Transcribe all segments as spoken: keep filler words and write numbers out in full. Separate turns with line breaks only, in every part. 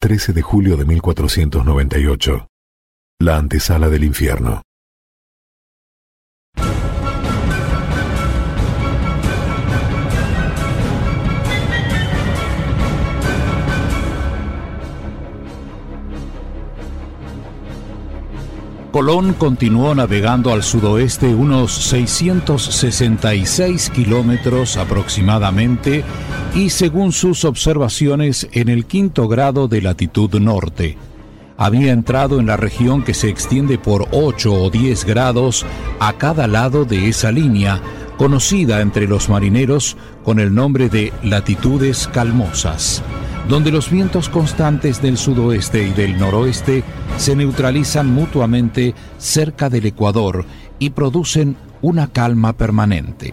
trece de julio de mil cuatrocientos noventa y ocho. La antesala del infierno.
Colón continuó navegando al sudoeste unos seiscientos sesenta y seis kilómetros aproximadamente y según sus observaciones en el quinto grado de latitud norte. Había entrado en la región que se extiende por ocho o diez grados a cada lado de esa línea, conocida entre los marineros con el nombre de latitudes calmosas, donde los vientos constantes del sudoeste y del noroeste se neutralizan mutuamente cerca del ecuador y producen una calma permanente.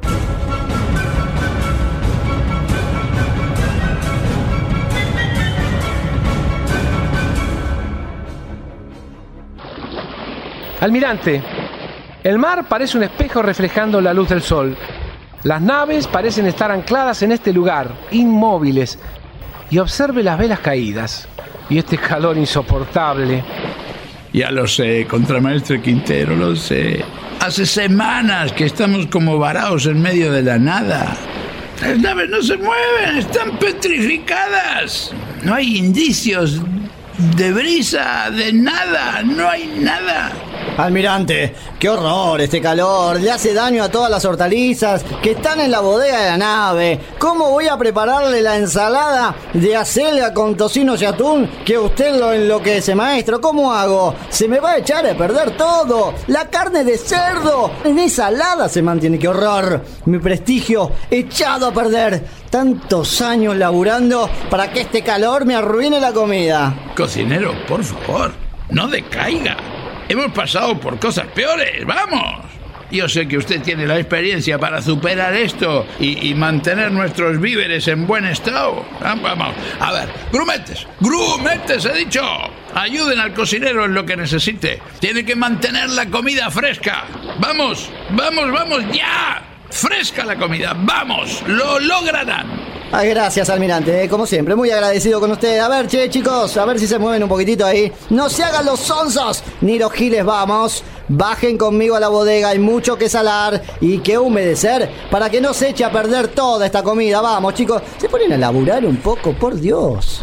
Almirante, el mar parece un espejo reflejando la luz del sol. Las naves parecen estar ancladas en este lugar, inmóviles. Y observe las velas caídas y este calor insoportable.
Ya lo sé, contramaestre Quintero, lo sé. Hace semanas que estamos como varados en medio de la nada. Las naves no se mueven, están petrificadas. No hay indicios de brisa, de nada, no hay nada.
Almirante, qué horror este calor, le hace daño a todas las hortalizas que están en la bodega de la nave. ¿Cómo voy a prepararle la ensalada de acelga con tocino y atún que usted lo enloquece, maestro? ¿Cómo hago? Se me va a echar a perder todo. La carne de cerdo en esa salada se mantiene, qué horror. Mi prestigio echado a perder. Tantos años laburando para que este calor me arruine la comida.
Cocinero, por favor, no decaiga. Hemos pasado por cosas peores, ¡vamos! Yo sé que usted tiene la experiencia para superar esto y, y mantener nuestros víveres en buen estado. Vamos, a ver, grumetes, grumetes, he dicho. Ayuden al cocinero en lo que necesite. Tiene que mantener la comida fresca. Vamos, vamos, vamos, ya. Fresca la comida, vamos, lo lograrán.
Ay, gracias, almirante, como siempre, muy agradecido con usted. A ver, che, chicos, a ver si se mueven un poquitito ahí. No se hagan los sonsos, ni los giles, vamos. Bajen conmigo a la bodega, hay mucho que salar y que humedecer para que no se eche a perder toda esta comida. Vamos, chicos, se ponen a laburar un poco, por Dios.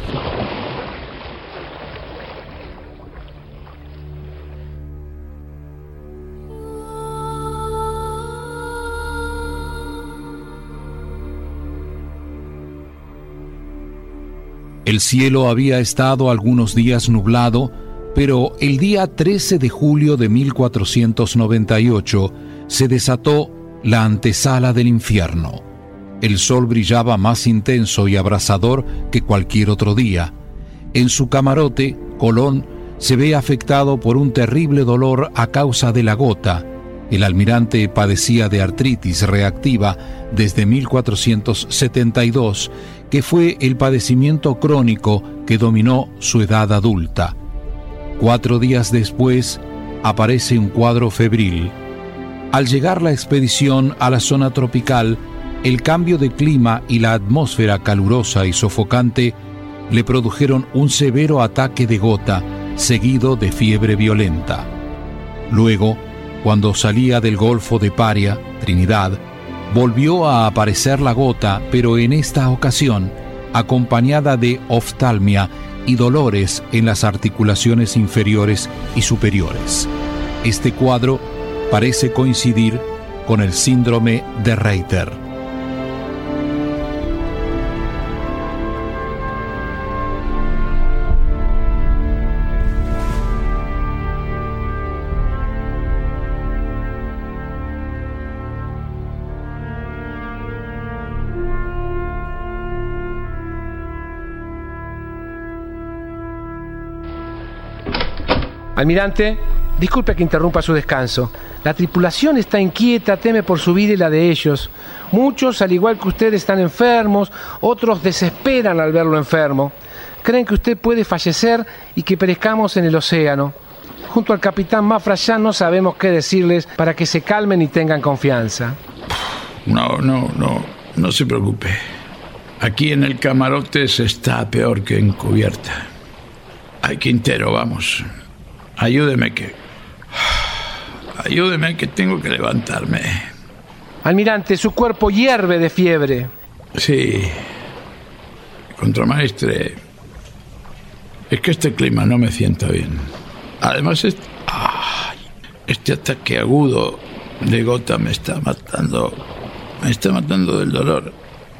El cielo había estado algunos días nublado, pero el día trece de julio de mil cuatrocientos noventa y ocho se desató la antesala del infierno. El sol brillaba más intenso y abrasador que cualquier otro día. En su camarote, Colón se ve afectado por un terrible dolor a causa de la gota. El almirante padecía de artritis reactiva desde mil cuatrocientos setenta y dos, que fue el padecimiento crónico que dominó su edad adulta. Cuatro días después, aparece un cuadro febril. Al llegar la expedición a la zona tropical, el cambio de clima y la atmósfera calurosa y sofocante le produjeron un severo ataque de gota, seguido de fiebre violenta. Luego, cuando salía del Golfo de Paria, Trinidad, volvió a aparecer la gota, pero en esta ocasión acompañada de oftalmia y dolores en las articulaciones inferiores y superiores. Este cuadro parece coincidir con el síndrome de Reiter.
Almirante, disculpe que interrumpa su descanso. La tripulación está inquieta, teme por su vida y la de ellos. Muchos, al igual que usted, están enfermos, otros desesperan al verlo enfermo. Creen que usted puede fallecer y que perezcamos en el océano. Junto al capitán Mafra ya no sabemos qué decirles para que se calmen y tengan confianza.
No, no, no, no se preocupe. Aquí en el camarote se está peor que en cubierta. Ay, Quintero, vamos. Ayúdeme que... Ayúdeme que tengo que levantarme.
Almirante, su cuerpo hierve de fiebre.
Sí. Contramaestre, es que este clima no me sienta bien. Además, este, ay, este ataque agudo de gota me está matando. Me está matando del dolor.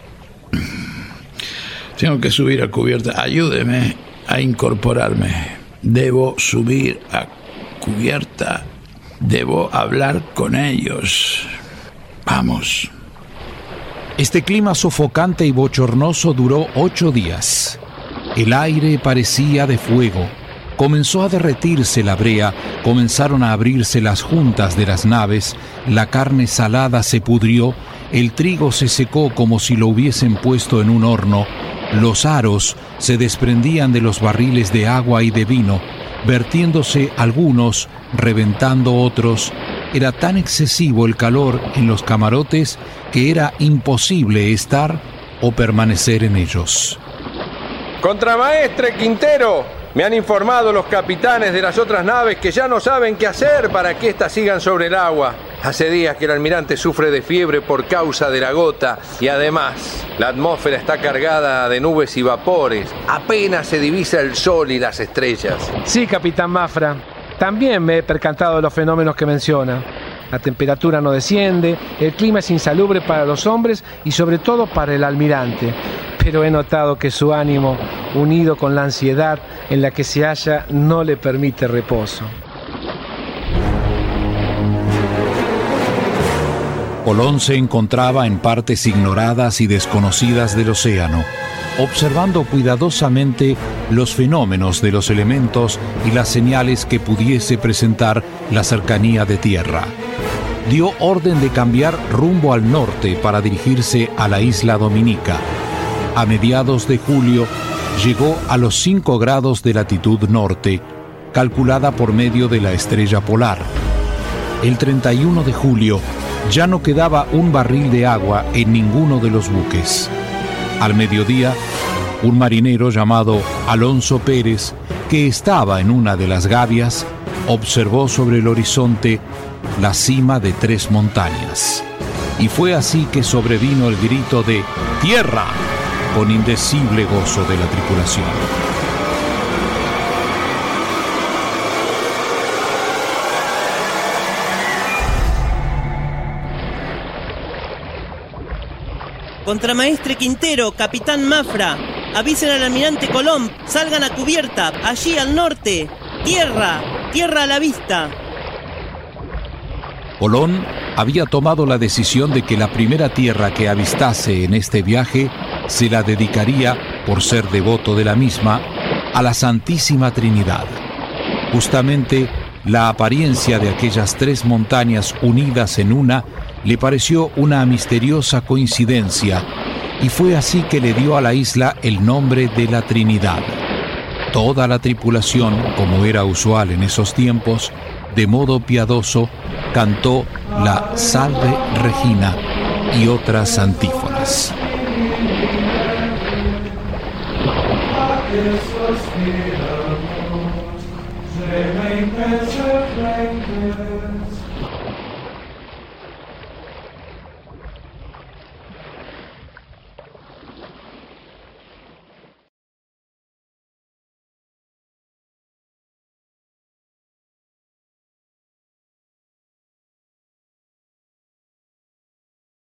Tengo que subir a cubierta. Ayúdeme a incorporarme. Debo subir a cubierta. Debo hablar con ellos. Vamos.
Este clima sofocante y bochornoso duró ocho días. El aire parecía de fuego. Comenzó a derretirse la brea, comenzaron a abrirse las juntas de las naves, la carne salada se pudrió, el trigo se secó como si lo hubiesen puesto en un horno, los aros se desprendían de los barriles de agua y de vino, vertiéndose algunos, reventando otros. Era tan excesivo el calor en los camarotes que era imposible estar o permanecer en ellos.
Contramaestre Quintero, me han informado los capitanes de las otras naves que ya no saben qué hacer para que éstas sigan sobre el agua. Hace días que el almirante sufre de fiebre por causa de la gota y además la atmósfera está cargada de nubes y vapores. Apenas se divisa el sol y las estrellas.
Sí, capitán Mafra. También me he percatado de los fenómenos que menciona. La temperatura no desciende, el clima es insalubre para los hombres y sobre todo para el almirante. Pero he notado que su ánimo, unido con la ansiedad en la que se halla, no le permite reposo.
Colón se encontraba en partes ignoradas y desconocidas del océano, observando cuidadosamente los fenómenos de los elementos y las señales que pudiese presentar la cercanía de tierra. Dio orden de cambiar rumbo al norte para dirigirse a la isla Dominica. A mediados de julio llegó a los cinco grados de latitud norte, calculada por medio de la estrella polar. El treinta y uno de julio ya no quedaba un barril de agua en ninguno de los buques. Al mediodía, un marinero llamado Alonso Pérez, que estaba en una de las gavias, observó sobre el horizonte la cima de tres montañas. Y fue así que sobrevino el grito de ¡Tierra!, con indecible gozo de la tripulación.
Contramaestre Quintero, capitán Mafra, avisen al almirante Colón, salgan a cubierta, allí al norte. Tierra, tierra a la vista.
Colón había tomado la decisión de que la primera tierra que avistase en este viaje se la dedicaría, por ser devoto de la misma, a la Santísima Trinidad. Justamente la apariencia de aquellas tres montañas unidas en una le pareció una misteriosa coincidencia y fue así que le dio a la isla el nombre de la Trinidad. Toda la tripulación, como era usual en esos tiempos, de modo piadoso, cantó la Salve Regina y otras antífonas.
They make